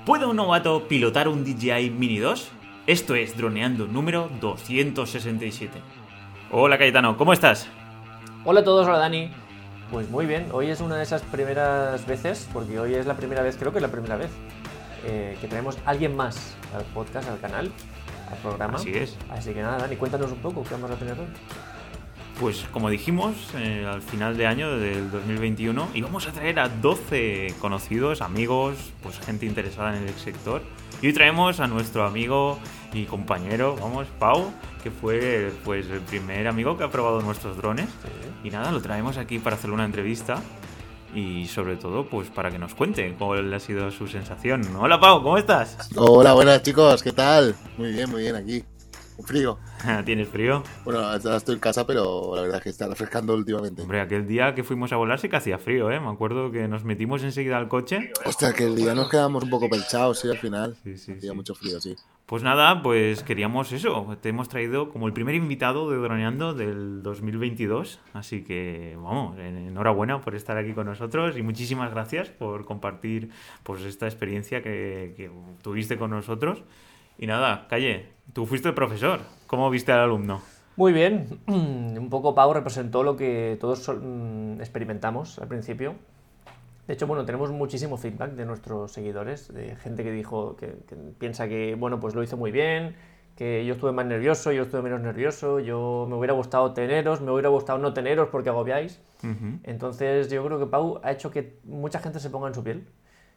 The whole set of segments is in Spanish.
¿Puede un novato pilotar un DJI Mini 2? Esto es Droneando número 267. Hola Cayetano, ¿cómo estás? Hola a todos, hola Dani. Pues muy bien, hoy es una de esas primeras veces, porque hoy es la primera vez, creo que es la primera vez, que traemos a alguien más al podcast, al canal, al programa. Así es. Así que nada, Dani, cuéntanos un poco, ¿qué vamos a tener hoy? Pues como dijimos, al final de año del 2021 íbamos a traer a 12 conocidos, amigos, pues gente interesada en el sector. Y hoy traemos a nuestro amigo y compañero, Pau, que fue pues el primer amigo que ha probado nuestros drones. Sí. Y nada, lo traemos aquí para hacerle una entrevista y sobre todo pues para que nos cuente cuál ha sido su sensación. Hola Pau, ¿cómo estás? Hola, buenas chicos, ¿qué tal? Muy bien aquí. Un frío. ¿Tienes frío? Bueno, ahora estoy en casa, pero la verdad es que está refrescando últimamente. Hombre, aquel día que fuimos a volar sí que hacía frío, ¿eh? Me acuerdo que nos metimos enseguida al coche. Hostia, aquel día nos quedamos un poco pelchados, sí, al final. Sí. Hacía mucho frío, sí. Pues nada, pues queríamos eso. Te hemos traído como el primer invitado de Droneando del 2022. Así que, vamos, enhorabuena por estar aquí con nosotros y muchísimas gracias por compartir pues esta experiencia que tuviste con nosotros. Y nada, Calle, tú fuiste el profesor. ¿Cómo viste al alumno? Muy bien, un poco Pau representó lo que todos experimentamos al principio. De hecho, bueno, tenemos muchísimo feedback de nuestros seguidores, de gente que dijo que piensa que, bueno, pues lo hizo muy bien, que yo estuve más nervioso, yo estuve menos nervioso, yo me hubiera gustado teneros, me hubiera gustado no teneros porque agobiáis. Uh-huh. Entonces yo creo que Pau ha hecho que mucha gente se ponga en su piel.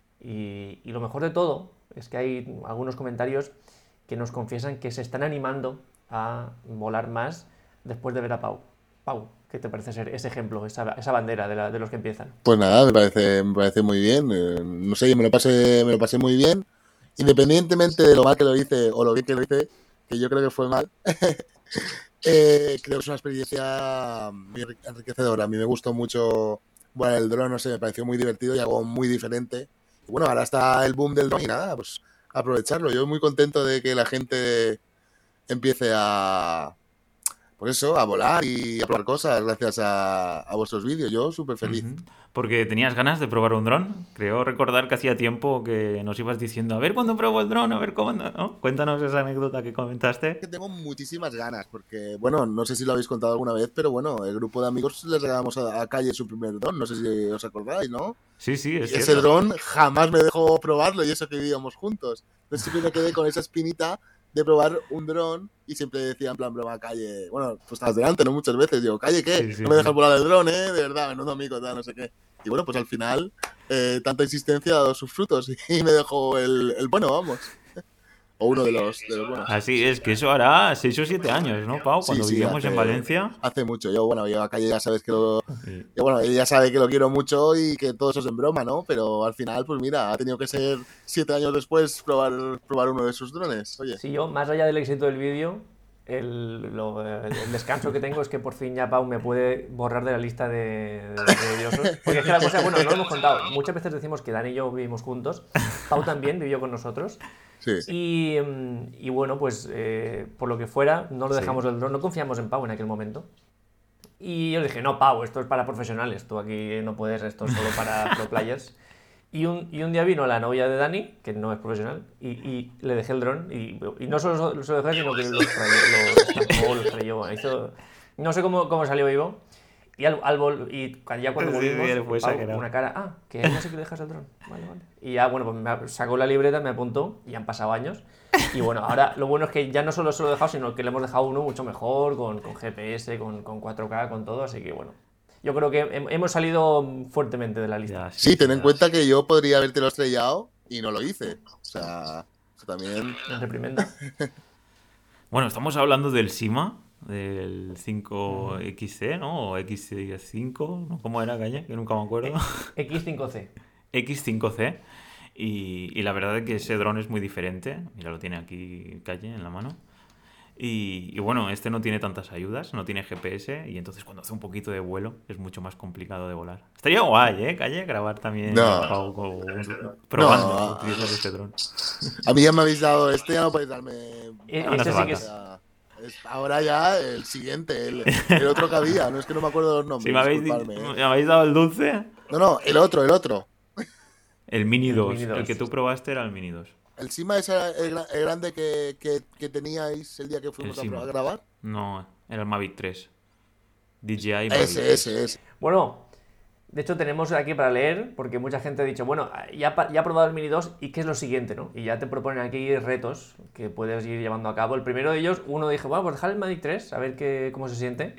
Y lo mejor de todo es que hay algunos comentarios que nos confiesan que se están animando a volar más después de ver a Pau. Pau, ¿qué te parece ser ese ejemplo, esa bandera de los que empiezan? Pues nada, me parece muy bien. No sé, me lo pasé muy bien. Independientemente de lo mal que lo hice o lo bien que lo hice, que yo creo que fue mal, creo que es una experiencia muy enriquecedora. A mí me gustó mucho volar el dron, no sé, me pareció muy divertido y algo muy diferente. Y bueno, ahora está el boom del dron y nada, pues aprovecharlo. Yo muy contento de que la gente empiece a volar y a probar cosas gracias a vuestros vídeos. Yo súper feliz. Uh-huh. Porque tenías ganas de probar un dron. Creo recordar que hacía tiempo que nos ibas diciendo a ver cuándo pruebo el dron, a ver cómo, ¿no? Cuéntanos esa anécdota que comentaste. Que tengo muchísimas ganas porque, bueno, no sé si lo habéis contado alguna vez, pero bueno, el grupo de amigos les regalamos a Calle su primer dron. No sé si os acordáis, ¿no? Sí, es cierto. Ese dron jamás me dejó probarlo y eso que vivíamos juntos. Entonces siempre me quedé con esa espinita de probar un dron y siempre decía en plan broma, Calle, bueno, pues estabas delante, ¿no? Muchas veces digo, Calle, ¿qué? Sí, no me dejas volar el dron, de verdad, menudo amigo, tal, no sé qué. Y bueno, pues al final tanta insistencia ha dado sus frutos y me dejó el bueno, vamos. O uno de los buenos. Así es, que eso hará 6 o 7 años, ¿no, Pau? Cuando vivíamos en Valencia. Hace mucho. Yo a Calle ya sabes que ella sabe que lo quiero mucho y que todo eso es en broma, ¿no? Pero al final, pues mira, ha tenido que ser 7 años después probar uno de sus drones. Oye. Sí, yo, más allá del éxito del vídeo, el descanso que tengo es que por fin ya Pau me puede borrar de la lista de odiosos. Porque es que la cosa, bueno, no lo hemos contado. Muchas veces decimos que Dani y yo vivimos juntos. Pau también vivió con nosotros. Sí. Y bueno, pues por lo que fuera, no lo dejamos del dron, no confiamos en Pau en aquel momento. Y yo le dije, no, Pau, esto es para profesionales, tú aquí no puedes, esto es solo para pro players. Y un día vino la novia de Dani, que no es profesional, y le dejé el dron, y no solo lo dejé, sino que lo estrelló. No sé cómo salió vivo. Y ya cuando volvimos, Pau, una cara, que no sé que dejas el dron. Vale. Y ya, bueno, pues me sacó la libreta, me apuntó, y han pasado años. Y bueno, ahora lo bueno es que ya no solo se lo he dejado, sino que le hemos dejado uno mucho mejor, con GPS, con 4K, con todo, así que bueno. Yo creo que hemos salido fuertemente de la lista. Sí, ten en cuenta que yo podría habértelo estrellado y no lo hice. O sea, también... En reprimenda. Bueno, estamos hablando del SIMA, del 5XC, ¿no? O X5, ¿no? ¿Cómo era, Calle? Que nunca me acuerdo. X5C. X5C. Y la verdad es que ese dron es muy diferente. Mira, lo tiene aquí Calle en la mano. Y bueno, este no tiene tantas ayudas, no tiene GPS, y entonces cuando hace un poquito de vuelo es mucho más complicado de volar. Estaría guay, Calle, grabar también probando utilizar este dron. A mí ya me habéis dado ya no podéis darme... Ese sí que es... Ahora ya el siguiente, el otro que había, no es que no me acuerdo de los nombres. Sí, ¿me habéis dado el dulce? No, el otro. El Mini El 2. Mini El 2. que tú probaste era el Mini 2. ¿El Sima es el grande que teníais el día que El fuimos a Sima. grabar? No, era el Mavic 3. DJI Mavic Ese, 3. ese. Bueno, de hecho tenemos aquí para leer, porque mucha gente ha dicho, bueno, ya ha probado el Mini 2 y qué es lo siguiente, ¿no? Y ya te proponen aquí retos que puedes ir llevando a cabo. El primero de ellos, uno dije, bueno, pues dejar el Mavic 3, a ver cómo se siente.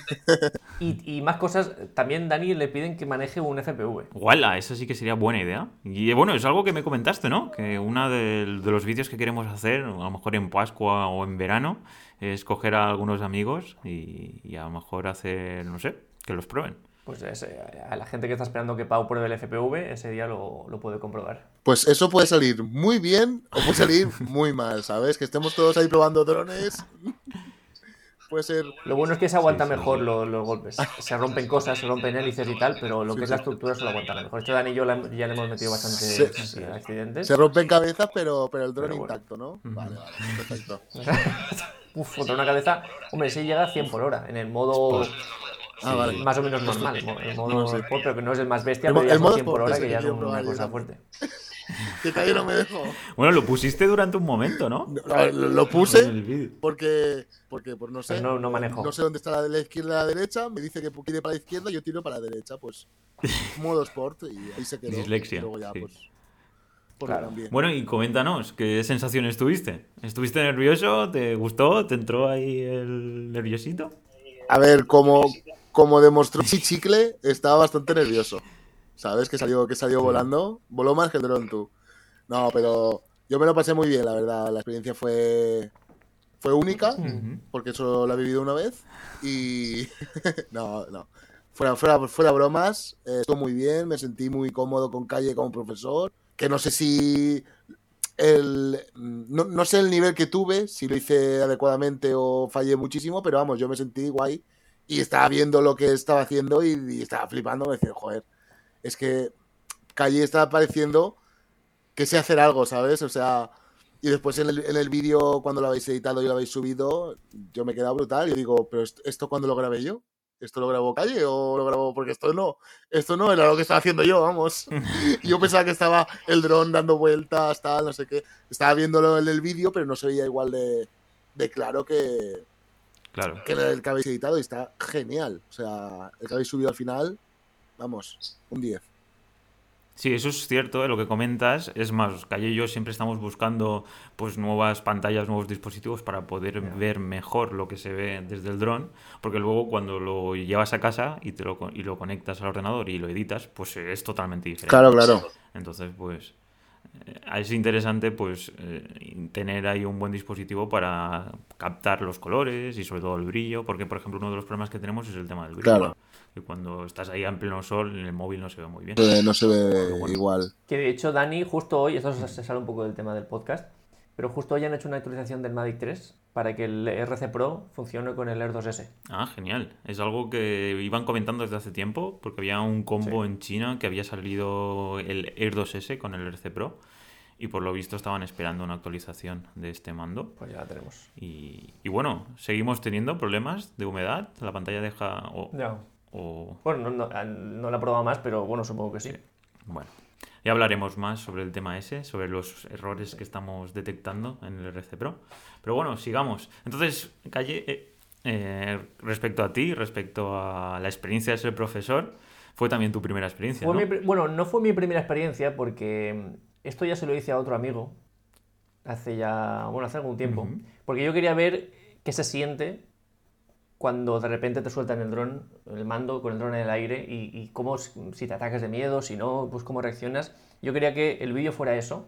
Y más cosas, también Dani le piden que maneje un FPV. ¡Guala! Esa sí que sería buena idea. Y bueno, es algo que me comentaste, ¿no? Que uno de los vídeos que queremos hacer, a lo mejor en Pascua o en verano, es coger a algunos amigos y a lo mejor hacer, no sé, que los prueben. Pues a la gente que está esperando que Pau pruebe el FPV, ese día lo puede comprobar. Pues eso puede salir muy bien o puede salir muy mal, ¿sabes? Que estemos todos ahí probando drones. Puede ser. Lo bueno es que se aguanta Sí, sí, mejor sí. los golpes. Se rompen cosas, se rompen hélices y tal, pero lo Sí, que es sí. la estructura se lo aguantará mejor. Esto Dani y yo ya le hemos metido Se, bastantes sí, accidentes. se rompen cabezas, pero el dron Pero bueno. intacto, ¿no? Vale, perfecto. Uf, contra una cabeza, hombre, sí llega a 100 por hora, en el modo Sport. Ah, vale. más o menos normal, el modo No, sí. Sport, pero que no es el más bestia, El pero ya son modo 100 por Sport, hora, ese que ya es quiero una probar yo cosa también. fuerte. Que calle no me dejo. Bueno, lo pusiste durante un momento, ¿no? Lo En puse el vídeo. porque pues no sé. Pero no manejo. No sé dónde está la izquierda y la derecha. Me dice que tire para la izquierda, yo tiro para la derecha. Pues modo Sport y ahí se quedó. Dislexia, Y luego ya, sí. pues Claro. lo cambié. Bueno, y coméntanos, ¿qué sensaciones tuviste? ¿Estuviste nervioso? ¿Te gustó? ¿Te entró ahí el nerviosito? A ver, como demostró Chichicle, estaba bastante nervioso. ¿Sabes? Que salió volando. Voló más que el dron, tú. No, pero yo me lo pasé muy bien, la verdad. La experiencia fue única, Ujú. porque eso la he vivido una vez. Y. No. Fuera bromas, estuvo muy bien. Me sentí muy cómodo con Calle como profesor. Que no sé si. No sé el nivel que tuve, si lo hice adecuadamente o fallé muchísimo, pero vamos, yo me sentí guay y estaba viendo lo que estaba haciendo y estaba flipando. Me decía, joder, es que Calle está pareciendo que sé hacer algo, ¿sabes? O sea, y después en el vídeo, cuando lo habéis editado y lo habéis subido, yo me he quedado brutal. Yo digo, ¿pero esto cuándo lo grabé yo? ¿Esto lo grabó Calle o lo grabó? Porque esto no era lo que estaba haciendo yo, vamos. Y yo pensaba que estaba el dron dando vueltas, tal, no sé qué. Estaba viéndolo en el vídeo, pero no se veía igual de claro Claro. que el que habéis editado y está genial. O sea, el que habéis subido al final, vamos, un 10. Sí, eso es cierto, lo que comentas. Es más, Calle y yo siempre estamos buscando pues nuevas pantallas, nuevos dispositivos para poder ver mejor lo que se ve desde el dron, porque luego cuando lo llevas a casa y lo conectas al ordenador y lo editas, pues es totalmente diferente. Claro. Entonces, pues es interesante pues tener ahí un buen dispositivo para captar los colores y sobre todo el brillo, porque por ejemplo uno de los problemas que tenemos es el tema del brillo. Claro. Que cuando estás ahí en pleno sol, en el móvil no se ve muy bien. No se ve igual. Que de hecho Dani, justo hoy, esto se sale un poco del tema del podcast, pero justo hoy han hecho una actualización del Mavic 3 para que el RC Pro funcione con el Air 2S. Ah, genial. Es algo que iban comentando desde hace tiempo, porque había un combo Sí. en China que había salido el Air 2S con el RC Pro y por lo visto estaban esperando una actualización de este mando. Pues ya la tenemos. Y bueno, seguimos teniendo problemas de humedad. La pantalla deja... Ya. o- Bueno, no la he probado más, pero bueno, supongo que sí. Bueno, ya hablaremos más sobre el tema ese, sobre los errores que estamos detectando en el RC Pro. Pero bueno, sigamos. Entonces, Calle, respecto a ti, respecto a la experiencia de ser profesor, fue también tu primera experiencia, ¿no? Bueno, no fue mi primera experiencia porque esto ya se lo hice a otro amigo hace algún tiempo. Ujú. Porque yo quería ver qué se siente cuando de repente te sueltan el mando con el dron en el aire y cómo, si te atacas de miedo, si no, pues cómo reaccionas. Yo quería que el vídeo fuera eso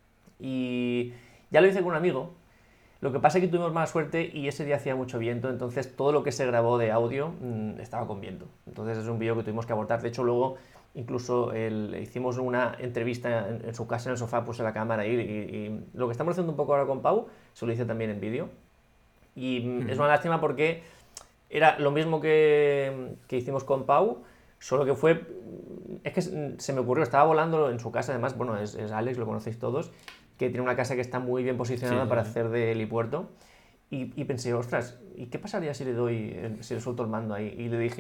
y ya lo hice con un amigo. Lo que pasa es que tuvimos mala suerte y ese día hacía mucho viento, entonces todo lo que se grabó de audio estaba con viento. Entonces es un vídeo que tuvimos que abortar. De hecho, luego incluso hicimos una entrevista en su casa, en el sofá, puse la cámara ahí y lo que estamos haciendo un poco ahora con Pau, se lo hice también en vídeo. Y es una lástima porque era lo mismo que hicimos con Pau, solo que es que se me ocurrió, estaba volando en su casa, además, bueno, es Alex, lo conocéis todos, que tiene una casa que está muy bien posicionada Sí. para hacer de helipuerto. Y pensé, ostras, ¿y qué pasaría si le suelto el mando ahí? Y le dije,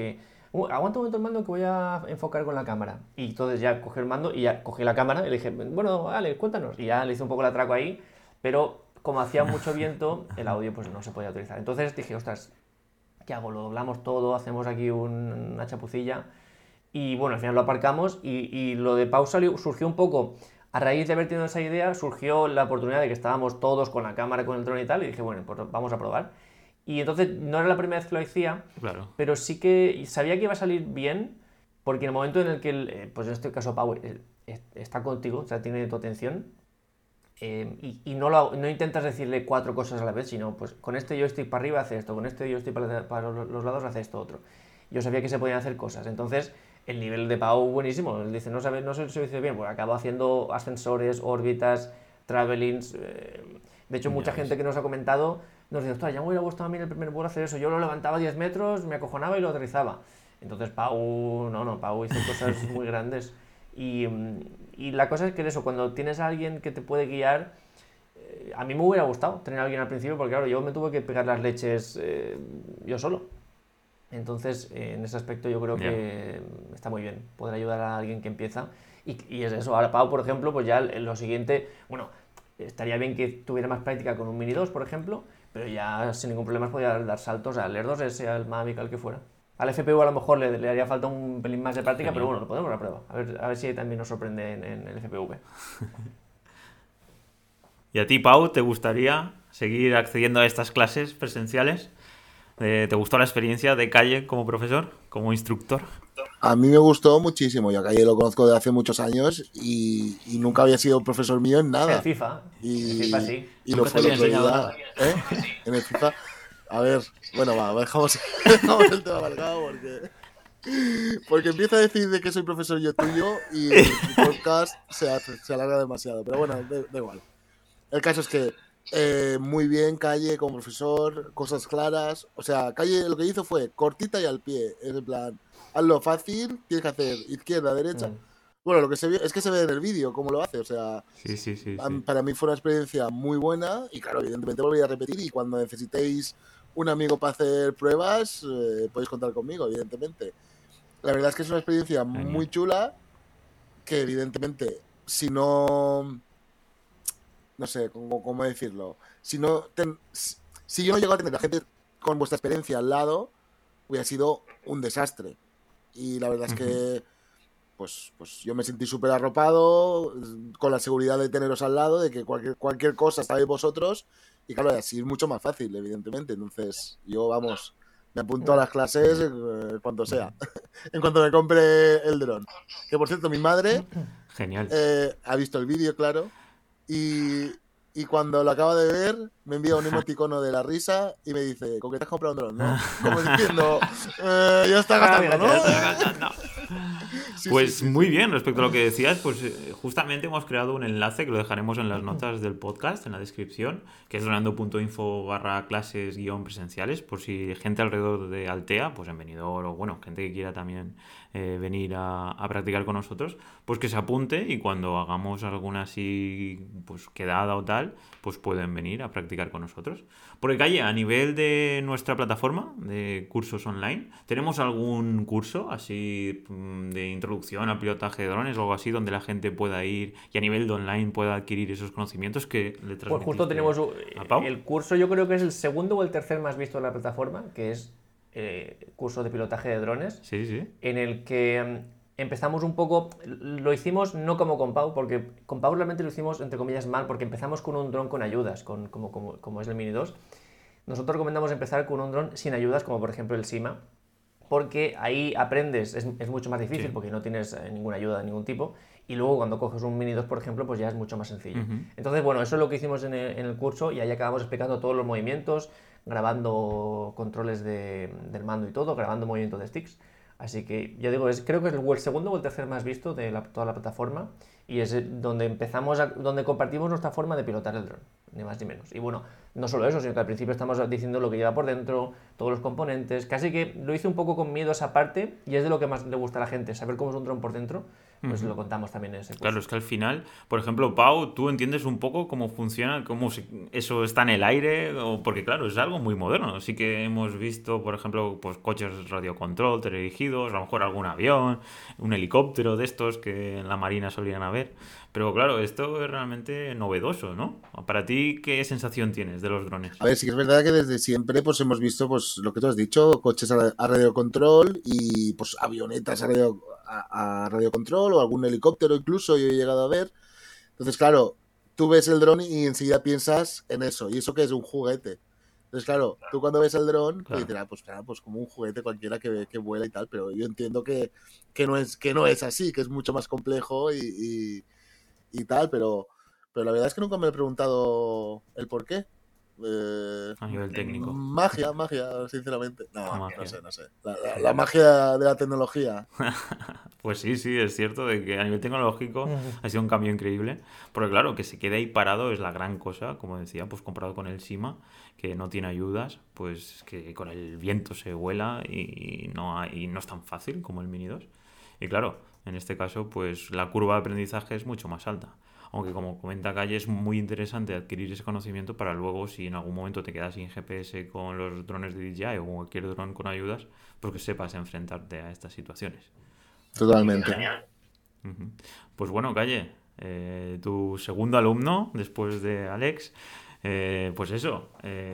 Aguanta un momento el mando que voy a enfocar con la cámara. Y entonces ya cogí el mando y ya cogí la cámara y le dije, bueno, Ale, cuéntanos. Y ya le hice un poco el atraco ahí, pero como hacía mucho viento, el audio pues no se podía utilizar. Entonces dije, ostras, ¿qué hago? Lo doblamos todo, hacemos aquí una chapucilla. Y bueno, al final lo aparcamos y lo de Pau surgió un poco, a raíz de haber tenido esa idea, surgió la oportunidad de que estábamos todos con la cámara, con el dron y tal, y dije, bueno, pues vamos a probar. Y entonces no era la primera vez que lo hacía, Claro. pero sí que sabía que iba a salir bien, porque en el momento en el que, pues en este caso Pau está contigo, o sea, tiene tu atención, y no intentas decirle 4 cosas a la vez, sino pues con este joystick para arriba hace esto, con este joystick para los lados hace esto otro. Yo sabía que se podían hacer cosas, entonces el nivel de Pau buenísimo. Él dice, no sé si lo hice bien, pues acabo haciendo ascensores, órbitas, travelings. De hecho, mucha gente que nos ha comentado nos dice, ostras, ya me hubiera gustado a mí en el primer vuelo hacer eso. Yo lo levantaba 10 metros, me acojonaba y lo aterrizaba. Entonces Pau hizo cosas muy grandes. Y la cosa es que eso, cuando tienes a alguien que te puede guiar, a mí me hubiera gustado tener a alguien al principio, porque claro, yo me tuve que pegar las leches yo solo. Entonces, en ese aspecto yo creo que está muy bien poder ayudar a alguien que empieza. Y es eso, ahora Pau, por ejemplo, pues ya en lo siguiente, bueno, estaría bien que tuviera más práctica con un Mini 2, por ejemplo, pero ya sin ningún problema podía dar saltos al Air 2S, al Mavic, al que fuera. Al FPV a lo mejor le haría falta un pelín más de práctica, Genial. pero bueno, lo podemos a prueba. A ver si también nos sorprende en el FPV. ¿Y a ti, Pau, te gustaría seguir accediendo a estas clases presenciales? ¿Te gustó la experiencia de Calle como profesor, como instructor? A mí me gustó muchísimo. Yo a Calle lo conozco de hace muchos años y nunca había sido profesor mío en En nada. FIFA. Y, En FIFA sí. y lo Nunca fue te el había otro enseñado día. nada. En el FIFA. A ver, bueno, dejamos el tema marcado porque empiezo a decir de que soy profesor yo tuyo y el podcast se alarga demasiado. Pero bueno, da igual. El caso es que muy bien Calle como profesor, cosas claras. O sea, Calle lo que hizo fue cortita y al pie. Es en plan, hazlo fácil, tienes que hacer izquierda, derecha. Bueno, lo que se ve es que se ve en el vídeo cómo lo hace. O sea, Sí. para mí fue una experiencia muy buena y claro, evidentemente volví a repetir y cuando necesitéis un amigo para hacer pruebas, podéis contar conmigo, evidentemente. La verdad es que es una experiencia muy chula que evidentemente si no sé cómo decirlo, si yo no llego a tener a gente con vuestra experiencia al lado, hubiera sido un desastre. Y la verdad es que pues yo me sentí súper arropado, con la seguridad de teneros al lado, de que cualquier cosa estáis vosotros, y claro, así es mucho más fácil, evidentemente. Entonces, yo, vamos, me apunto a las clases en cuanto sea, en cuanto me compre el dron. Que por cierto, mi madre Genial. ha visto el vídeo, claro, y cuando lo acaba de ver, me envía un emoticono de la risa y me dice, ¿con qué te has comprado un dron? ¿No? Como diciendo, ya está gastando, ¿no? Pues muy bien, respecto a lo que decías, pues justamente hemos creado un enlace que lo dejaremos en las notas del podcast, en la descripción, que es donando.info/clases-presenciales, por si gente alrededor de Altea, pues en Benidorm o bueno, gente que quiera también venir a practicar con nosotros, pues que se apunte y cuando hagamos alguna así pues quedada o tal, pues pueden venir a practicar con nosotros. Porque Calle, a nivel de nuestra plataforma de cursos online, ¿tenemos algún curso así de introducción al pilotaje de drones o algo así donde la gente pueda ir y a nivel de online pueda adquirir esos conocimientos que le transmitiste? Pues justo tenemos a Pau? el curso, yo creo que es el segundo o el tercer más visto de la plataforma, que es curso de pilotaje de drones, Sí. en el que empezamos un poco, lo hicimos no como con Pau, porque con Pau realmente lo hicimos entre comillas mal, porque empezamos con un dron con ayudas, como es el Mini 2. Nosotros recomendamos empezar con un dron sin ayudas, como por ejemplo el Sima, porque ahí aprendes, es mucho más difícil, Sí. porque no tienes ninguna ayuda de ningún tipo, y luego cuando coges un Mini 2, por ejemplo, pues ya es mucho más sencillo. Entonces, bueno, eso es lo que hicimos en el curso, y ahí acabamos explicando todos los movimientos, grabando controles del mando y todo, grabando movimientos de sticks. Así que, ya digo, creo que es el segundo o el tercer más visto de toda la plataforma, y es donde donde compartimos nuestra forma de pilotar el dron, ni más ni menos. Y bueno, no solo eso, sino que al principio estamos diciendo lo que lleva por dentro, todos los componentes, casi que lo hice un poco con miedo esa parte, y es de lo que más le gusta a la gente, saber cómo es un dron por dentro, pues lo contamos también en ese curso. Claro, es que al final, por ejemplo, Pau, tú entiendes un poco cómo funciona, eso está en el aire, porque claro, es algo muy moderno. Sí que hemos visto, por ejemplo, pues coches radiocontrol, teledirigidos, a lo mejor algún avión, un helicóptero de estos que en la Marina solían haber. Pero claro, esto es realmente novedoso, ¿no? Para ti, ¿qué sensación tienes de los drones? A ver, sí que es verdad que desde siempre pues hemos visto pues lo que tú has dicho, coches a radiocontrol y pues avionetas a radiocontrol o algún helicóptero incluso, yo he llegado a ver. Entonces, claro, tú ves el dron y enseguida piensas en eso, y eso que es un juguete. Entonces, claro, tú cuando ves el dron, pues Claro. dices, pues claro, pues como un juguete cualquiera que vuela y tal, pero yo entiendo que no es así, que es mucho más complejo y tal, pero la verdad es que nunca me he preguntado el por qué. A nivel técnico. Magia, sinceramente. No, Magia. no sé. La magia de la tecnología. Pues sí, es cierto de que a nivel tecnológico ha sido un cambio increíble, porque claro, que se quede ahí parado es la gran cosa, como decía, pues comparado con el Sima, que no tiene ayudas, pues que con el viento se vuela y no es tan fácil como el Mini 2. Y claro, en este caso, pues la curva de aprendizaje es mucho más alta. Aunque como comenta Calle, es muy interesante adquirir ese conocimiento para luego, si en algún momento te quedas sin GPS con los drones de DJI o cualquier dron con ayudas, pues que sepas enfrentarte a estas situaciones. Totalmente. Ujú. Pues bueno, Calle, tu segundo alumno después de Alex, pues eso,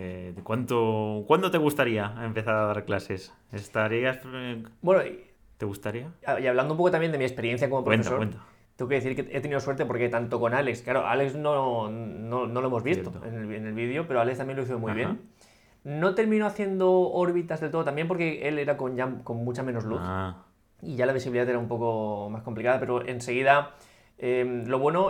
¿cuándo te gustaría empezar a dar clases? Bueno, ¿Te gustaría? y hablando un poco también de mi experiencia como profesor, Cuenta. tengo que decir que he tenido suerte porque tanto con Alex, claro, Alex no lo hemos visto Cierto. en el vídeo, pero Alex también lo hizo muy Ajá. bien. No terminó haciendo órbitas del todo también porque él era con mucha menos luz Ah, y ya la visibilidad era un poco más complicada, pero enseguida lo bueno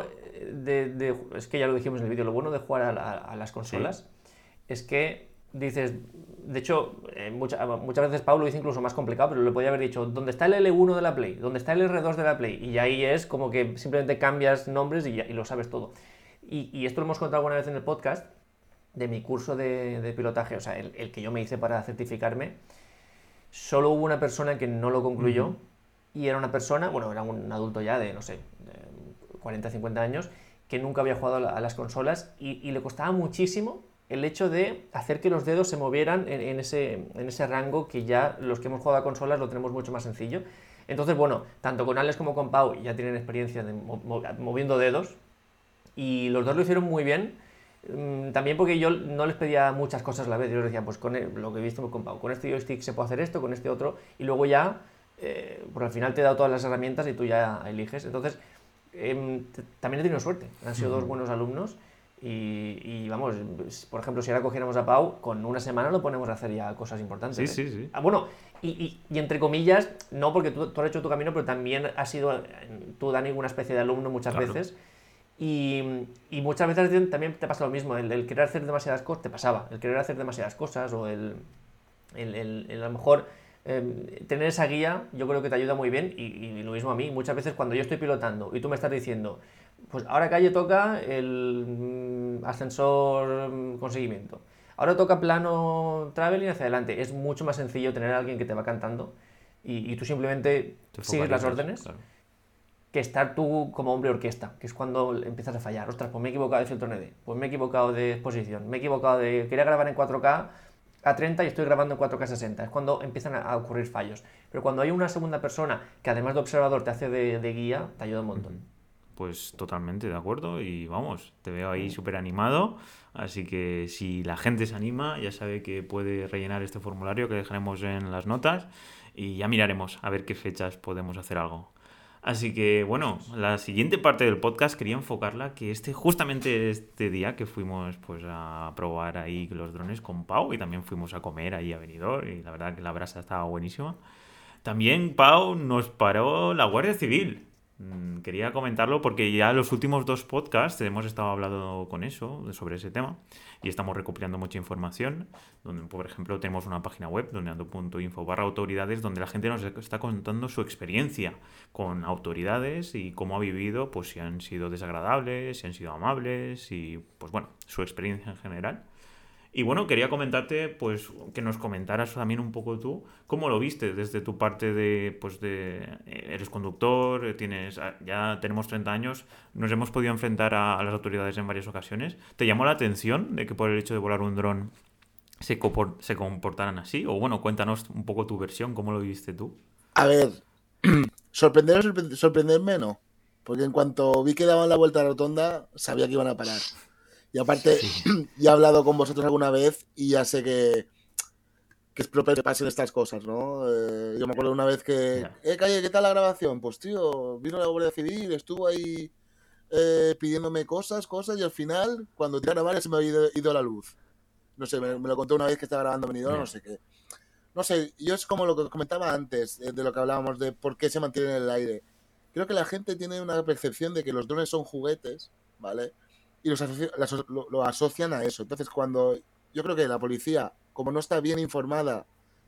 es que ya lo dijimos en el vídeo, lo bueno de jugar a las consolas es que dices, de hecho, muchas veces Pablo dice incluso más complicado, pero le podía haber dicho, ¿dónde está el L1 de la Play? ¿Dónde está el R2 de la Play? Y ahí es como que simplemente cambias nombres y lo sabes todo. Y esto lo hemos contado alguna vez en el podcast de mi curso de pilotaje, o sea, el que yo me hice para certificarme. Solo hubo una persona que no lo concluyó y era una persona, bueno, era un adulto ya de, no sé, de 40, 50 años, que nunca había jugado a las consolas y le costaba muchísimo el hecho de hacer que los dedos se movieran en ese rango que ya los que hemos jugado a consolas lo tenemos mucho más sencillo. Entonces, bueno, tanto con Alex como con Pau ya tienen experiencia de moviendo dedos y los dos lo hicieron muy bien. También porque yo no les pedía muchas cosas a la vez, yo les decía, pues con lo que he visto con Pau, con este joystick se puede hacer esto, con este otro, y luego ya, porque al final te he dado todas las herramientas y tú ya eliges. Entonces, también he tenido suerte, han sido dos buenos alumnos y vamos, por ejemplo, si ahora cogiéramos a Pau, con una semana lo ponemos a hacer ya cosas importantes. sí. Bueno, y entre comillas, no porque tú has hecho tu camino, pero también has sido tú, Dani, una especie de alumno muchas veces. Y muchas veces también te pasa lo mismo, el querer hacer demasiadas cosas, te pasaba, el querer hacer demasiadas cosas o el a lo mejor tener esa guía yo creo que te ayuda muy bien y lo mismo a mí, muchas veces cuando yo estoy pilotando y tú me estás diciendo, pues ahora Calle toca el ascensor con seguimiento, ahora toca plano traveling hacia adelante, es mucho más sencillo tener a alguien que te va cantando y tú simplemente sigues las órdenes. Claro. Que estar tú como hombre orquesta, que es cuando empiezas a fallar. Ostras, pues me he equivocado de filtro ND, pues me he equivocado de exposición, me he equivocado de... Quería grabar en 4K a 30 y estoy grabando en 4K 60. Es cuando empiezan a ocurrir fallos. Pero cuando hay una segunda persona que además de observador te hace de guía, te ayuda un montón. Pues totalmente de acuerdo y vamos, te veo ahí súper animado, así que si la gente se anima ya sabe que puede rellenar este formulario que dejaremos en las notas y ya miraremos a ver qué fechas podemos hacer algo. Así que bueno, la siguiente parte del podcast quería enfocarla que justamente este día que fuimos pues a probar ahí los drones con Pau y también fuimos a comer ahí a Benidorm y la verdad que la brasa estaba buenísima. También Pau nos paró la Guardia Civil. Quería comentarlo porque ya los últimos 2 podcasts hemos estado hablando con eso, sobre ese tema, y estamos recopilando mucha información, donde, por ejemplo, tenemos una página web, doneando.info/autoridades, donde la gente nos está contando su experiencia con autoridades y cómo ha vivido, pues si han sido desagradables, si han sido amables, y pues bueno, su experiencia en general. Y bueno, quería comentarte, pues, que nos comentaras también un poco tú, cómo lo viste desde tu parte de, pues, eres conductor, ya tenemos 30 años, nos hemos podido enfrentar a las autoridades en varias ocasiones. ¿Te llamó la atención de que por el hecho de volar un dron se comportaran así? O bueno, cuéntanos un poco tu versión, cómo lo viviste tú. A ver, sorprenderme no. Porque en cuanto vi que daban la vuelta a la rotonda, sabía que iban a parar. Y aparte, Sí, ya he hablado con vosotros alguna vez y ya sé que es propio que pasen estas cosas, ¿no? Yo me acuerdo una vez que, ya. Calle, ¿qué tal la grabación? Pues tío, vino la Guardia Civil, estuvo ahí pidiéndome cosas, y al final, cuando tiré a grabar, ya se me había ido la luz. No sé, me lo contó una vez que estaba grabando Benidorm, no Ya. sé qué. No sé, yo es como lo que comentaba antes, de lo que hablábamos de por qué se mantienen en el aire. Creo que la gente tiene una percepción de que los drones son juguetes, ¿vale? Y lo asocian a eso. Entonces, cuando yo creo que la policía, como no está bien informada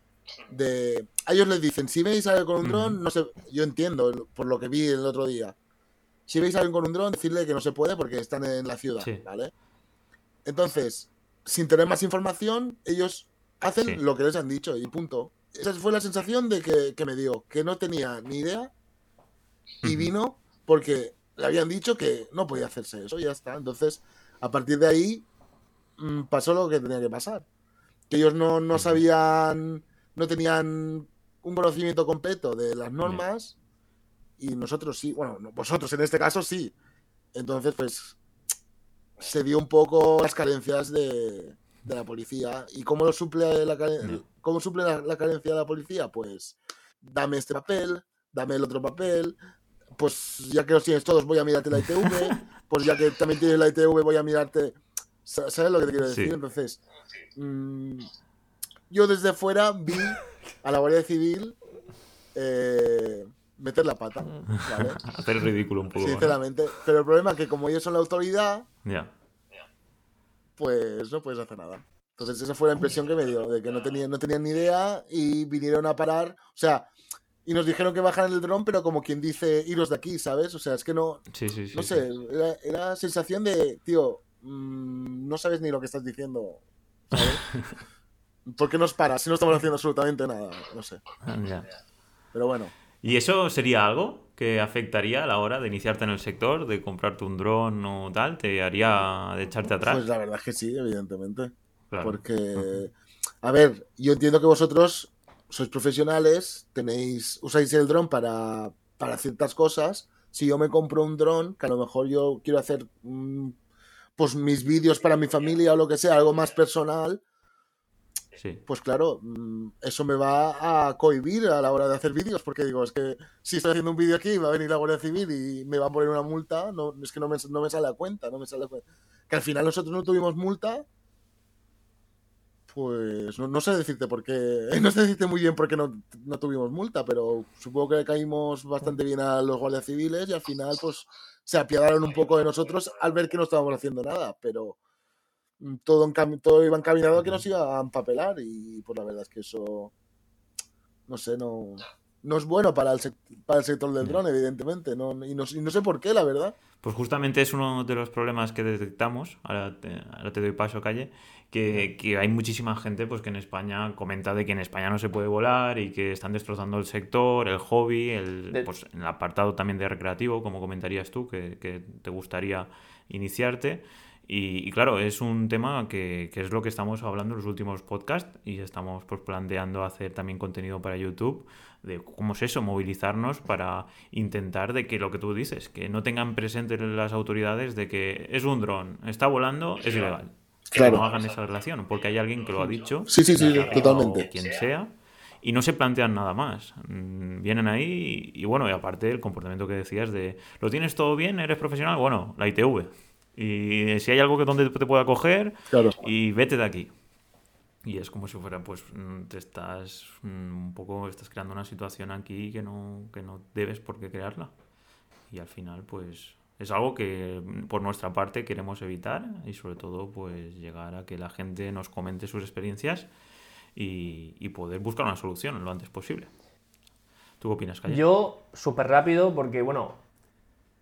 a ellos les dicen, si veis a alguien con un Ujú. dron, no sé, yo entiendo, por lo que vi el otro día, si veis a alguien con un dron, decirle que no se puede porque están en la ciudad, Sí, ¿vale? Entonces, sin tener más información, ellos hacen sí. lo que les han dicho y punto. Esa fue la sensación que me dio, que no tenía ni idea y Ujú. vino porque le habían dicho que no podía hacerse eso y ya está. Entonces, a partir de ahí, pasó lo que tenía que pasar. Que ellos no Ujú. sabían, no tenían un conocimiento completo de las Ya. normas y nosotros sí, bueno, vosotros en este caso sí. Entonces, pues se dio un poco las carencias de la policía. ¿Y cómo lo suple Ya. cómo suple la carencia de la policía? Pues dame este papel, dame el otro papel, pues ya que los tienes todos voy a mirarte la ITV, pues ya que también tienes la ITV voy a mirarte... ¿Sabes lo que te quiero decir? Sí. Entonces, mmm, yo desde fuera vi a la Guardia Civil eh, meter la pata, ¿vale? Hacer el ridículo un poco, ¿no? Sinceramente. Pero el problema es que como ellos son la autoridad, Ya. pues no puedes hacer nada. Entonces esa fue la impresión que me dio, de que no tenían ni idea y vinieron a parar, o sea, y nos dijeron que bajaran el dron, pero como quien dice, iros de aquí, ¿sabes? O sea, es que Sí, sí, no sí, sí. sé, era sensación de, tío, no sabes ni lo que estás diciendo, ¿sabes? ¿Por qué nos paras si no estamos haciendo absolutamente nada? No sé. Ya. Pero bueno, ¿Y eso sería algo que afectaría a la hora de iniciarte en el sector, de comprarte un dron o tal? ¿Te haría de echarte pues atrás? la verdad es que sí, evidentemente. Claro. Ujú. Porque, a ver, yo entiendo que vosotros sois profesionales, usáis el dron para ciertas cosas. Si yo me compro un dron, que a lo mejor yo quiero hacer pues mis vídeos para mi familia o lo que sea, algo más personal, Sí. pues claro, eso me va a cohibir a la hora de hacer vídeos, porque digo, es que si estoy haciendo un vídeo aquí, va a venir la Guardia Civil y me va a poner una multa, no, es que no me sale a cuenta, no me sale a cuenta. Que al final nosotros no tuvimos multa, pues no sé decirte por qué, no sé decirte muy bien por qué no tuvimos multa, pero supongo que le caímos bastante bien a los guardias civiles y al final pues se apiadaron un poco de nosotros al ver que no estábamos haciendo nada, pero todo iba encaminado a que Ujú. nos iban a empapelar y pues la verdad es que eso, no sé, no es bueno para el sector del Ya. dron, evidentemente, y no sé por qué, la verdad. Pues justamente es uno de los problemas que detectamos, ahora te doy paso, Calle, que hay muchísima gente pues que en España comenta de que en España no se puede volar y que están destrozando el sector, el hobby, De- pues en el apartado también de recreativo, como comentarías tú, que te gustaría iniciarte. Y claro, es un tema que es lo que estamos hablando en los últimos podcasts y estamos pues planteando hacer también contenido para YouTube de cómo es eso, movilizarnos para intentar de que lo que tú dices, que no tengan presente las autoridades de que es un dron, está volando, es ilegal. Que Claro. no hagan esa relación, porque hay alguien que lo ha dicho, Sí, sí, sí, desde arriba o totalmente. quien sea, y no se plantean nada más. Vienen ahí y bueno, y aparte el comportamiento que decías de, ¿lo tienes todo bien? ¿Eres profesional? Bueno, la ITV. Y si hay algo que donde te pueda coger, Claro. y vete de aquí. Y es como si fuera, pues, te estás un poco, estás creando una situación aquí que no debes por qué crearla. Y al final, pues, es algo que por nuestra parte queremos evitar y sobre todo, pues, llegar a que la gente nos comente sus experiencias y poder buscar una solución lo antes posible. ¿Tú qué opinas, Calle? Yo, súper rápido, porque bueno,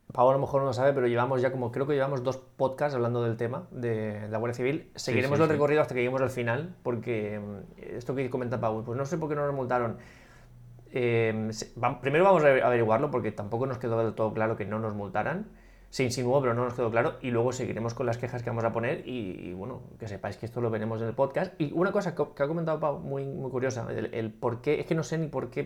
Pau a lo mejor no lo sabe, pero llevamos ya creo que llevamos 2 podcasts hablando del tema de la Guardia Civil. Seguiremos el recorrido hasta que lleguemos al final, porque esto que comenta Pau, pues no sé por qué no nos multaron. Primero vamos a averiguarlo, porque tampoco nos quedó del todo claro que no nos multaran. Se insinuó, pero no nos quedó claro. Y luego seguiremos con las quejas que vamos a poner. Y bueno, que sepáis que esto lo veremos en el podcast. Y una cosa que ha comentado Pau, muy, muy curiosa, el por qué, es que no sé ni por qué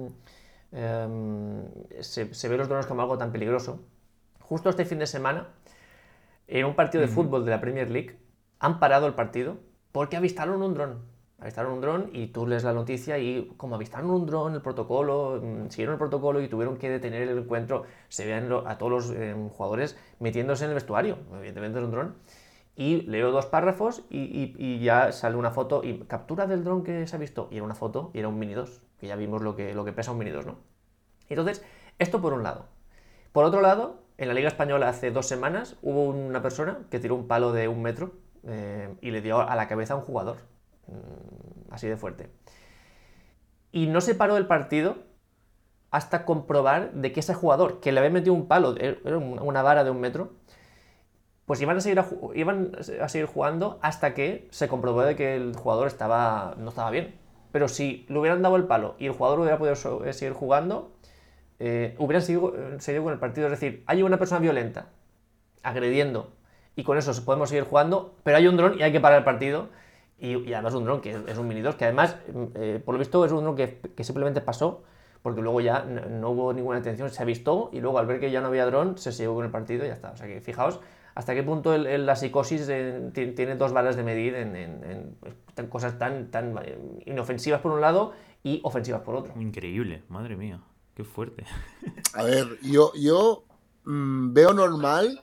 se ve los drones como algo tan peligroso. Justo este fin de semana, en un partido de fútbol de la Premier League, han parado el partido porque avistaron un dron. Avistaron un dron y tú lees la noticia y como avistaron un dron, el protocolo, siguieron el protocolo y tuvieron que detener el encuentro. Se vean a todos los jugadores metiéndose en el vestuario, evidentemente es un dron. Y leo 2 párrafos y ya sale una foto y captura del dron que se ha visto. Y era una foto y era un Mini 2, que ya vimos lo que pesa un Mini 2, ¿no? Entonces, esto por un lado. Por otro lado, en la Liga Española hace 2 semanas hubo una persona que tiró un palo de 1 metro y le dio a la cabeza a un jugador. Así de fuerte. Y no se paró el partido hasta comprobar de que ese jugador, que le había metido un palo, era una vara de 1 metro, pues iban a seguir jugando hasta que se comprobó de que el jugador no estaba bien. Pero si le hubieran dado el palo y el jugador hubiera podido seguir jugando, hubieran seguido con el partido. Es decir, hay una persona violenta agrediendo y con eso podemos seguir jugando, pero hay un dron y hay que parar el partido. Y además un dron que es un Mini 2, que además, por lo visto, es un dron que simplemente pasó, porque luego ya no hubo ninguna detención, se avistó y luego al ver que ya no había dron, se siguió con el partido y ya está. O sea que fijaos hasta qué punto la psicosis tiene 2 varas de medir en cosas tan inofensivas por un lado y ofensivas por otro. Increíble, madre mía, qué fuerte. A ver, yo veo normal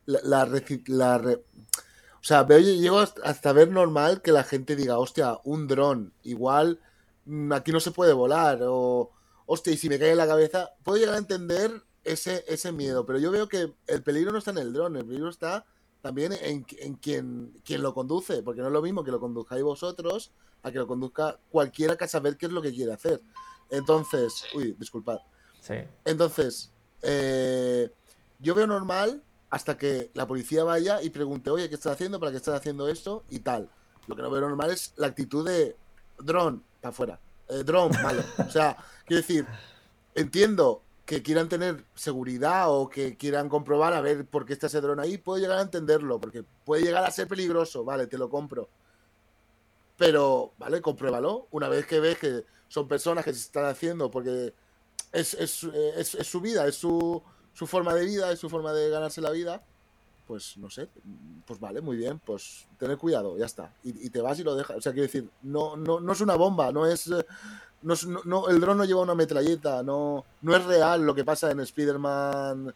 o sea, llego hasta ver normal que la gente diga, hostia, un dron, igual aquí no se puede volar, o hostia, y si me cae en la cabeza, puedo llegar a entender ese miedo, pero yo veo que el peligro no está en el dron, el peligro está también en quien lo conduce, porque no es lo mismo que lo conduzcáis vosotros a que lo conduzca cualquiera que a saber qué es lo que quiere hacer. Entonces, disculpad. Sí. Entonces, yo veo normal hasta que la policía vaya y pregunte, oye, ¿qué estás haciendo? ¿Para qué estás haciendo esto? Y tal. Lo que no veo normal es la actitud de dron, para afuera. Dron, malo. O sea, quiero decir, entiendo que quieran tener seguridad o que quieran comprobar a ver por qué está ese dron ahí. Puedo llegar a entenderlo, porque puede llegar a ser peligroso. Vale, te lo compro. Pero, vale, compruébalo. Una vez que ves que son personas que se están haciendo porque es su vida, es su forma de vida, es su forma de ganarse la vida, pues no sé, pues vale, muy bien, pues tener cuidado, ya está. Y te vas y lo dejas. O sea, quiero decir, no es una bomba, el dron no lleva una metralleta, no es real lo que pasa en Spider-Man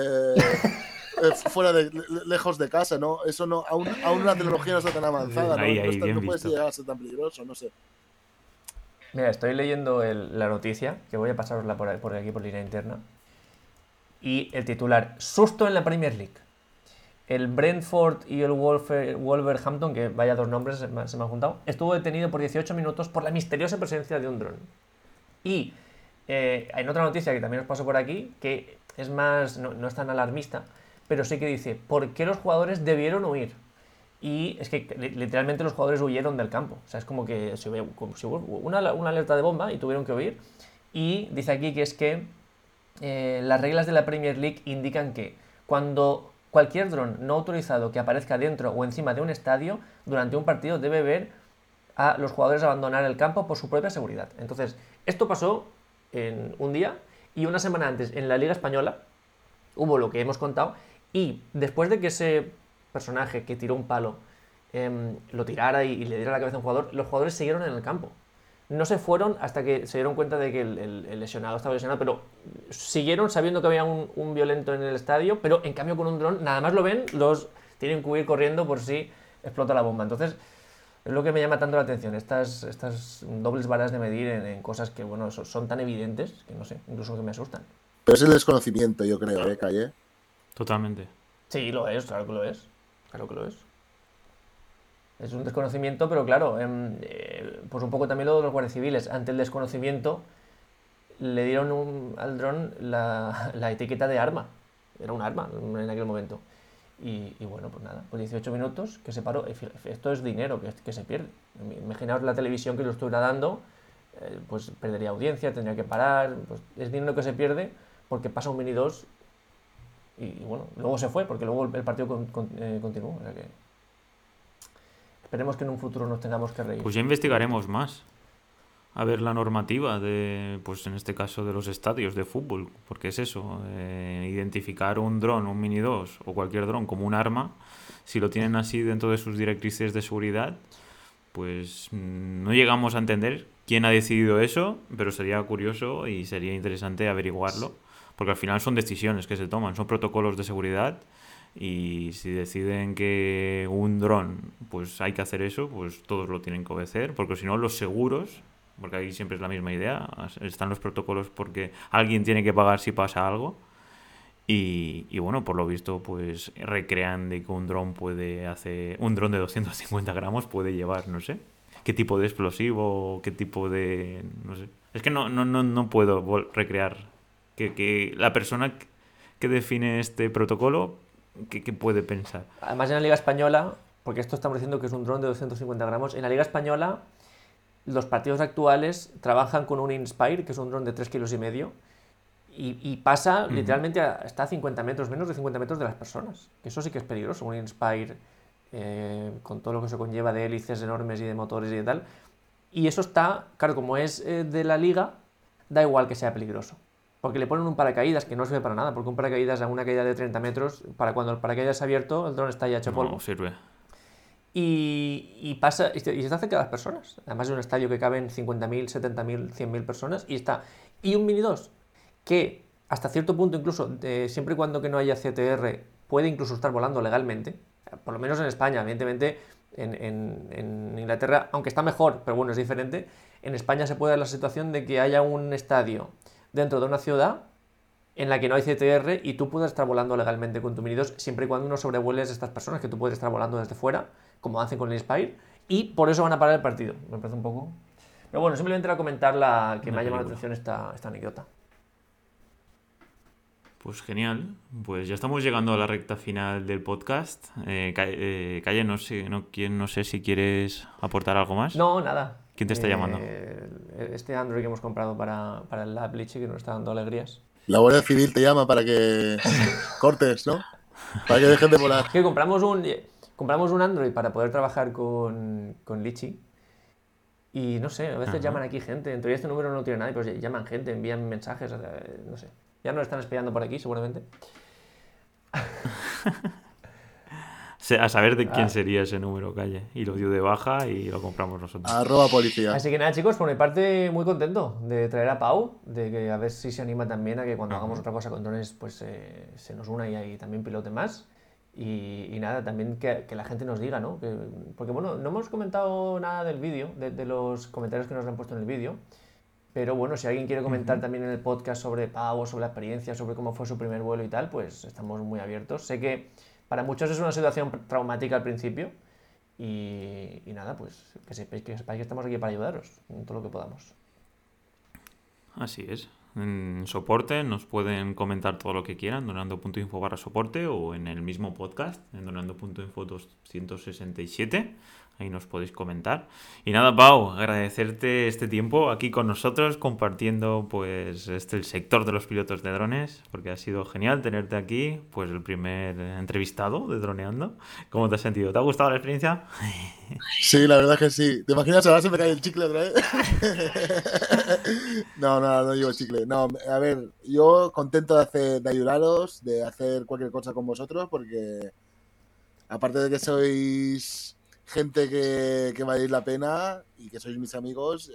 fuera lejos de casa, ¿no? Eso no, aún la tecnología no está tan avanzada, no puede llegar a ser tan peligroso, no sé. Mira, estoy leyendo la noticia, que voy a pasarosla por aquí por línea interna. Y el titular, susto en la Premier League. El Brentford y el Wolverhampton, que vaya 2 nombres se me han juntado, estuvo detenido por 18 minutos por la misteriosa presencia de un dron. Y hay otra noticia que también os paso por aquí, que es más, no es tan alarmista, pero sí que dice, ¿por qué los jugadores debieron huir? Y es que literalmente los jugadores huyeron del campo. O sea, es como que si hubo una alerta de bomba y tuvieron que huir. Y dice aquí que es que las reglas de la Premier League indican que cuando cualquier dron no autorizado que aparezca dentro o encima de un estadio durante un partido debe ver a los jugadores abandonar el campo por su propia seguridad. Entonces, esto pasó en un día y una semana antes en la Liga Española hubo lo que hemos contado y después de que ese personaje que tiró un palo lo tirara y le diera la cabeza a un jugador, los jugadores siguieron en el campo. No se fueron hasta que se dieron cuenta de que el lesionado estaba lesionado, pero siguieron sabiendo que había un violento en el estadio, pero en cambio con un dron, nada más lo ven, los tienen que huir corriendo por si explota la bomba. Entonces, es lo que me llama tanto la atención, estas dobles varas de medir en cosas que, bueno, son tan evidentes que no sé, incluso que me asustan. Pero es el desconocimiento, yo creo, Calle. Totalmente. Sí, lo es, claro que lo es. Claro que lo es. Es un desconocimiento, pero claro, pues un poco también lo de los guardias civiles. Ante el desconocimiento le dieron al dron la etiqueta de arma. era un arma en aquel momento. Y bueno, pues nada, pues 18 minutos que se paró. Esto es dinero que se pierde. Imaginaos la televisión que lo estuviera dando, pues perdería audiencia, tendría que parar. Pues es dinero que se pierde porque pasa un mini 2 y bueno, luego se fue porque luego el partido continuó. O sea que esperemos que en un futuro nos tengamos que reír. Pues ya investigaremos más. A ver la normativa de, pues en este caso de los estadios de fútbol, porque es eso, identificar un dron, un Mini 2 o cualquier dron como un arma, si lo tienen así dentro de sus directrices de seguridad, pues no llegamos a entender quién ha decidido eso, pero sería curioso y sería interesante averiguarlo, porque al final son decisiones que se toman, son protocolos de seguridad. Y si deciden que un dron, pues hay que hacer eso, pues todos lo tienen que obedecer, porque si no los seguros, porque ahí siempre es la misma idea, están los protocolos porque alguien tiene que pagar si pasa algo. Y bueno, por lo visto, pues recrean de que un dron un dron de 250 gramos puede llevar, no sé, qué tipo de explosivo, qué tipo de, no sé. Es que no puedo recrear que la persona que define este protocolo, ¿qué puede pensar? Además en la Liga Española, porque esto estamos diciendo que es un dron de 250 gramos, en la Liga Española los partidos actuales trabajan con un Inspire, que es un dron de 3,5 kilos, y pasa literalmente hasta 50 metros, menos de 50 metros de las personas. Eso sí que es peligroso, un Inspire con todo lo que se conlleva de hélices enormes y de motores y de tal. Y eso está, claro, como es de la Liga, da igual que sea peligroso. Porque le ponen un paracaídas que no sirve para nada, porque un paracaídas a una caída de 30 metros, para cuando el paracaídas es abierto, el dron está ya hecho polvo. No sirve. Y pasa, y se está cerca de las personas. Además de un estadio que caben 50.000, 70.000, 100.000 personas y está. Y un Mini 2 que hasta cierto punto incluso, siempre y cuando que no haya CTR, puede incluso estar volando legalmente, por lo menos en España. Evidentemente en Inglaterra, aunque está mejor, pero bueno, es diferente. En España se puede dar la situación de que haya un estadio dentro de una ciudad en la que no hay CTR y tú puedes estar volando legalmente con tu Mini 2 siempre y cuando no sobrevueles a estas personas, que tú puedes estar volando desde fuera, como hacen con el Inspire, y por eso van a parar el partido. Me parece un poco... Pero bueno, simplemente era comentar que me ha llamado la atención esta anécdota. Pues genial, pues ya estamos llegando a la recta final del podcast. Calle, no sé si quieres aportar algo más. No, nada. ¿Quién te está llamando? Este Android que hemos comprado para el Lab Litchi, que nos está dando alegrías. La Guardia Civil te llama para que cortes, ¿no? Para que dejen de volar. Es que compramos un Android para poder trabajar con Litchi. Y no sé, a veces llaman aquí gente. En teoría este número no tiene nadie, pero llaman gente, envían mensajes, no sé. Ya nos están espiando por aquí, seguramente. A saber de quién sería ese número, Calle. Y lo dio de baja y lo compramos nosotros. @policía. Así que nada, chicos, por mi parte muy contento de traer a Pau, de que a ver si se anima también a que cuando hagamos otra cosa con drones, pues se nos una y ahí también pilote más. Y nada, también que la gente nos diga, ¿no? Porque bueno, no hemos comentado nada del vídeo, de los comentarios que nos han puesto en el vídeo. Pero bueno, si alguien quiere comentar también en el podcast sobre Pau, sobre la experiencia, sobre cómo fue su primer vuelo y tal, pues estamos muy abiertos. Sé que para muchos es una situación traumática al principio y nada, pues que sepáis que estamos aquí para ayudaros en todo lo que podamos. Así es. En soporte nos pueden comentar todo lo que quieran, donando.info/soporte o en el mismo podcast, en donando.info 267. Ahí nos podéis comentar. Y nada, Pau, agradecerte este tiempo aquí con nosotros, compartiendo pues el sector de los pilotos de drones, porque ha sido genial tenerte aquí, pues el primer entrevistado de Droneando. ¿Cómo te has sentido? ¿Te ha gustado la experiencia? Sí, la verdad es que sí. ¿Te imaginas ahora se me cae el chicle otra vez? No llevo chicle. No, a ver, yo contento de ayudaros, de hacer cualquier cosa con vosotros, porque aparte de que sois gente que valéis la pena y que sois mis amigos,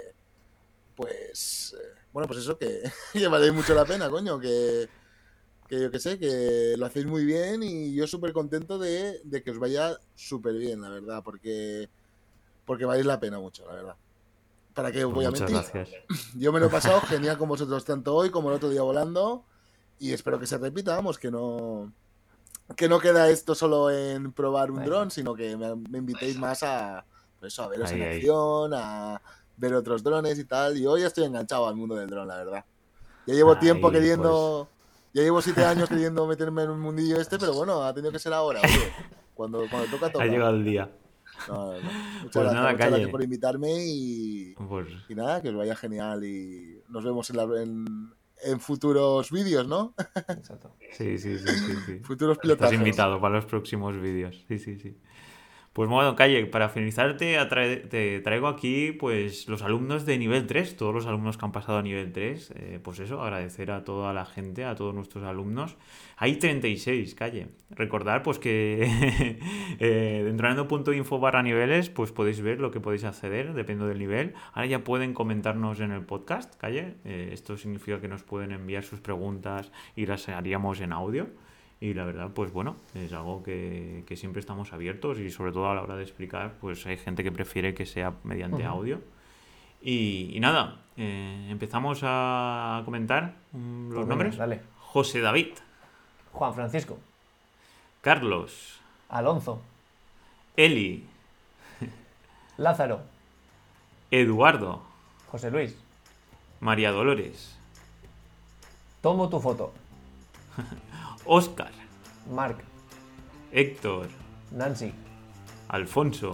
pues eso, que valéis mucho la pena, coño, que yo que sé, que lo hacéis muy bien y yo súper contento de que os vaya súper bien, la verdad, porque valéis la pena mucho, la verdad. ¿Para qué os voy a mentir? Muchas gracias. Yo me lo he pasado genial con vosotros, tanto hoy como el otro día volando, y espero que se repita, vamos, que no queda esto solo en probar un dron, sino que me invitéis más a veros en acción, a ver otros drones y tal. Y hoy ya estoy enganchado al mundo del dron, la verdad. Ya llevo tiempo queriendo Ya llevo 7 años queriendo meterme en un mundillo pero bueno, ha tenido que ser ahora, oye. Cuando toca, toca. Ha llegado el día. No. Pues nada, muchas Calle. gracias por invitarme Pues y nada, que os vaya genial y nos vemos en futuros vídeos, ¿no? Exacto. sí. Futuros Estás pilotazos. invitado para los próximos vídeos. Sí. Pues bueno, Calle, para finalizar te traigo aquí pues los alumnos de nivel 3, todos los alumnos que han pasado a nivel 3, pues eso, agradecer a toda la gente, a todos nuestros alumnos. Hay 36, Calle. Recordar pues que de entrenando.info/niveles pues podéis ver lo que podéis acceder, depende del nivel. Ahora ya pueden comentarnos en el podcast, Calle. Esto significa que nos pueden enviar sus preguntas y las haríamos en audio. Y la verdad, pues bueno, es algo que siempre estamos abiertos y sobre todo a la hora de explicar, pues hay gente que prefiere que sea mediante audio. Y nada, empezamos a comentar los Pues venga, nombres. dale. José David, Juan Francisco, Carlos, Alonso, Eli, Lázaro, Eduardo, José Luis. María Dolores, Tomo tu foto. Óscar, Marc, Héctor, Nancy, Alfonso,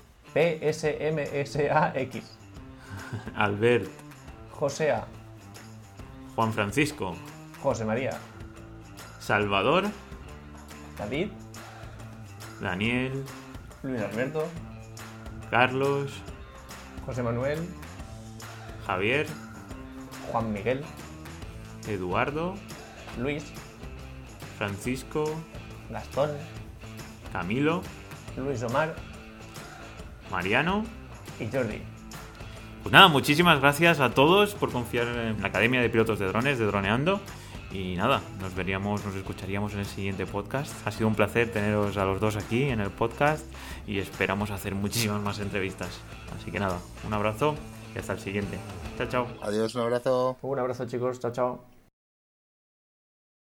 PSMSAX, Albert, Josea, Juan Francisco, José María, Salvador, David, Daniel, Luis Alberto, Carlos, José Manuel, Javier, Juan Miguel, Eduardo, Luis, Francisco, Gastón, Camilo, Luis Omar Mariano. y Jordi. Pues nada, muchísimas gracias a todos por confiar en la Academia de Pilotos de Drones de Droneando. Y nada, nos escucharíamos en el siguiente podcast. Ha sido un placer teneros a los dos aquí en el podcast y esperamos hacer muchísimas más entrevistas. Así que nada, un abrazo y hasta el siguiente. Chao. Adiós, un abrazo. Un abrazo, chicos. Chao, chao.